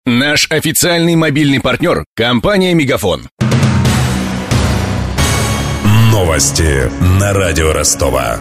Наш официальный мобильный партнер – компания «Мегафон». Новости на радио Ростова.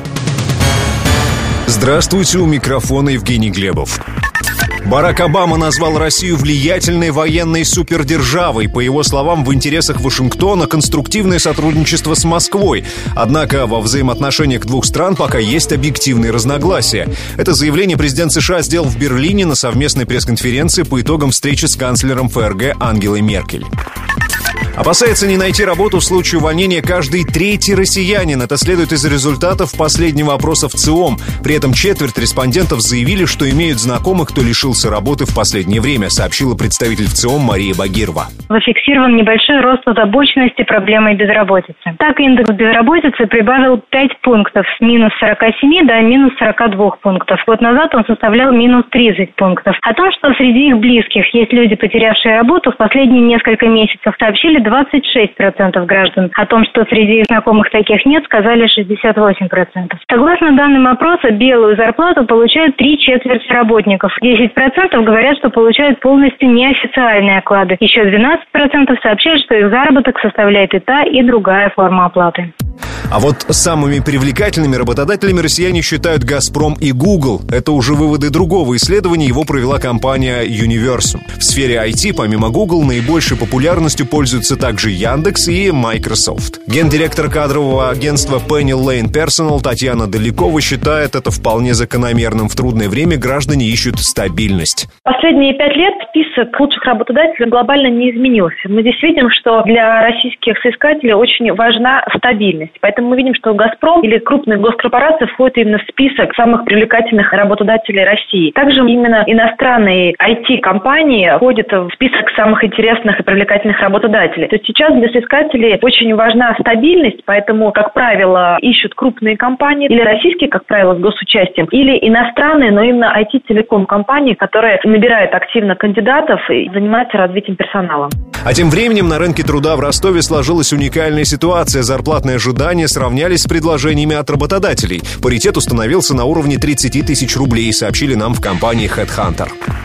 Здравствуйте, у микрофона Евгений Глебов. Барак Обама назвал Россию влиятельной военной супердержавой. По его словам, в интересах Вашингтона конструктивное сотрудничество с Москвой. Однако во взаимоотношениях двух стран пока есть объективные разногласия. Это заявление президент США сделал в Берлине на совместной пресс-конференции по итогам встречи с канцлером ФРГ Ангелой Меркель. Опасается не найти работу в случае увольнения каждый третий россиянин. Это следует из результатов последнего опроса в ЦИОМ. При этом четверть респондентов заявили, что имеют знакомых, кто лишился работы в последнее время, сообщила представитель в ЦИОМ Мария Багирова. Зафиксирован небольшой рост озабоченности проблемой безработицы. Так, индекс безработицы прибавил 5 пунктов с минус 47 до минус 42 пунктов. Год назад он составлял минус 30 пунктов. О том, что среди их близких есть люди, потерявшие работу, в последние несколько месяцев сообщили 26% граждан. О том, что среди их знакомых таких нет, сказали 68%. Согласно данным опроса, белую зарплату получают 3/4 работников. 10% говорят, что получают полностью неофициальные оклады. Еще 12% сообщают, что их заработок составляет и та, и другая форма оплаты. А вот самыми привлекательными работодателями россияне считают «Газпром» и Google. Это уже выводы другого исследования, его провела компания Universum. В сфере IT, помимо Google, наибольшей популярностью пользуются также Яндекс и Microsoft. Гендиректор кадрового агентства Penny Lane Personal Татьяна Далекова считает это вполне закономерным. В трудное время граждане ищут стабильность. Последние 5 лет список лучших работодателей глобально не изменился. Мы здесь видим, что для российских соискателей очень важна стабильность. Поэтому мы видим, что «Газпром» или крупные госкорпорации входят именно в список самых привлекательных работодателей России. Также именно иностранные IT-компании входят в список самых интересных и привлекательных работодателей. То есть сейчас для соискателей очень важна стабильность, поэтому, как правило, ищут крупные компании, или российские, как правило, с госучастием, или иностранные, но именно IT-телеком-компании, которые набирают активно кандидатов и занимаются развитием персонала. А тем временем на рынке труда в Ростове сложилась уникальная ситуация. Зарплатные ожидания сравнялись с предложениями от работодателей. Паритет установился на уровне 30 тысяч рублей, сообщили нам в компании HeadHunter.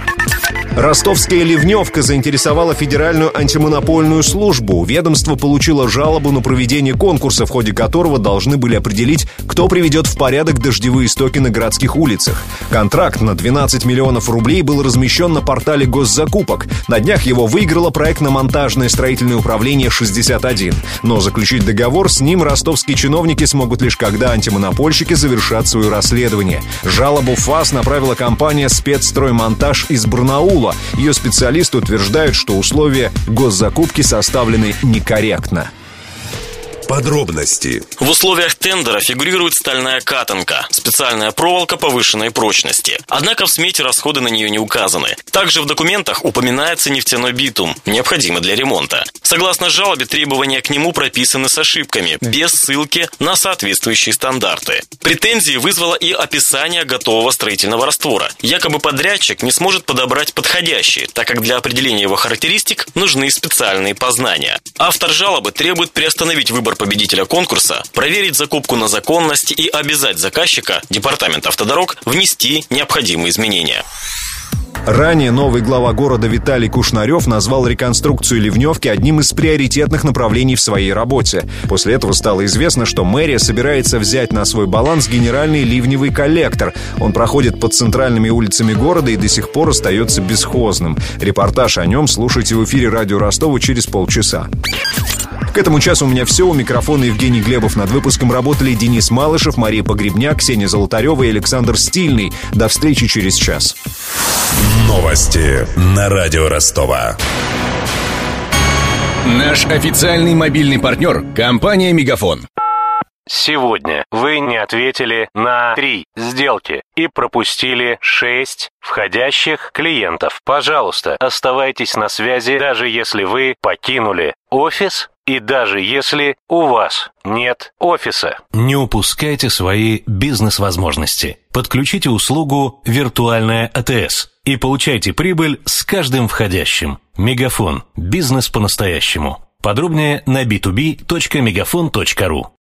Ростовская ливневка заинтересовала Федеральную антимонопольную службу. Ведомство получило жалобу на проведение конкурса, в ходе которого должны были определить, кто приведет в порядок дождевые стоки на городских улицах. Контракт на 12 миллионов рублей был размещен на портале госзакупок. На днях его выиграло проектно-монтажное строительное управление 61. Но заключить договор с ним ростовские чиновники смогут лишь когда антимонопольщики завершат свое расследование. Жалобу в ФАС направила компания «Спецстроймонтаж» из Барнаула. Ее специалисты утверждают, что условия госзакупки составлены некорректно. Подробности. В условиях тендера фигурирует стальная катанка, специальная проволока повышенной прочности. Однако в смете расходы на нее не указаны. Также в документах упоминается нефтяной битум, необходимый для ремонта. Согласно жалобе, требования к нему прописаны с ошибками, без ссылки на соответствующие стандарты. Претензии вызвало и описание готового строительного раствора. Якобы подрядчик не сможет подобрать подходящий, так как для определения его характеристик нужны специальные познания. Автор жалобы требует приостановить выбор победителя конкурса, проверить закупку на законность и обязать заказчика, Департамент автодорог, внести необходимые изменения. Ранее новый глава города Виталий Кушнарев назвал реконструкцию ливневки одним из приоритетных направлений в своей работе. После этого стало известно, что мэрия собирается взять на свой баланс генеральный ливневый коллектор. Он проходит под центральными улицами города и до сих пор остается бесхозным. Репортаж о нем слушайте в эфире радио Ростова через полчаса. К этому часу у меня все. У микрофона Евгений Глебов. Над выпуском работали Денис Малышев, Мария Погребняк, Ксения Золотарева и Александр Стильный. До встречи через час. Новости на радио Ростова. Наш официальный мобильный партнер – компания «Мегафон». Сегодня вы не ответили на 3 сделки и пропустили 6 входящих клиентов. Пожалуйста, оставайтесь на связи, даже если вы покинули офис и даже если у вас нет офиса. Не упускайте свои бизнес-возможности. Подключите услугу «Виртуальная АТС» и получайте прибыль с каждым входящим. Мегафон. Бизнес по-настоящему. Подробнее на b2b.megafon.ru.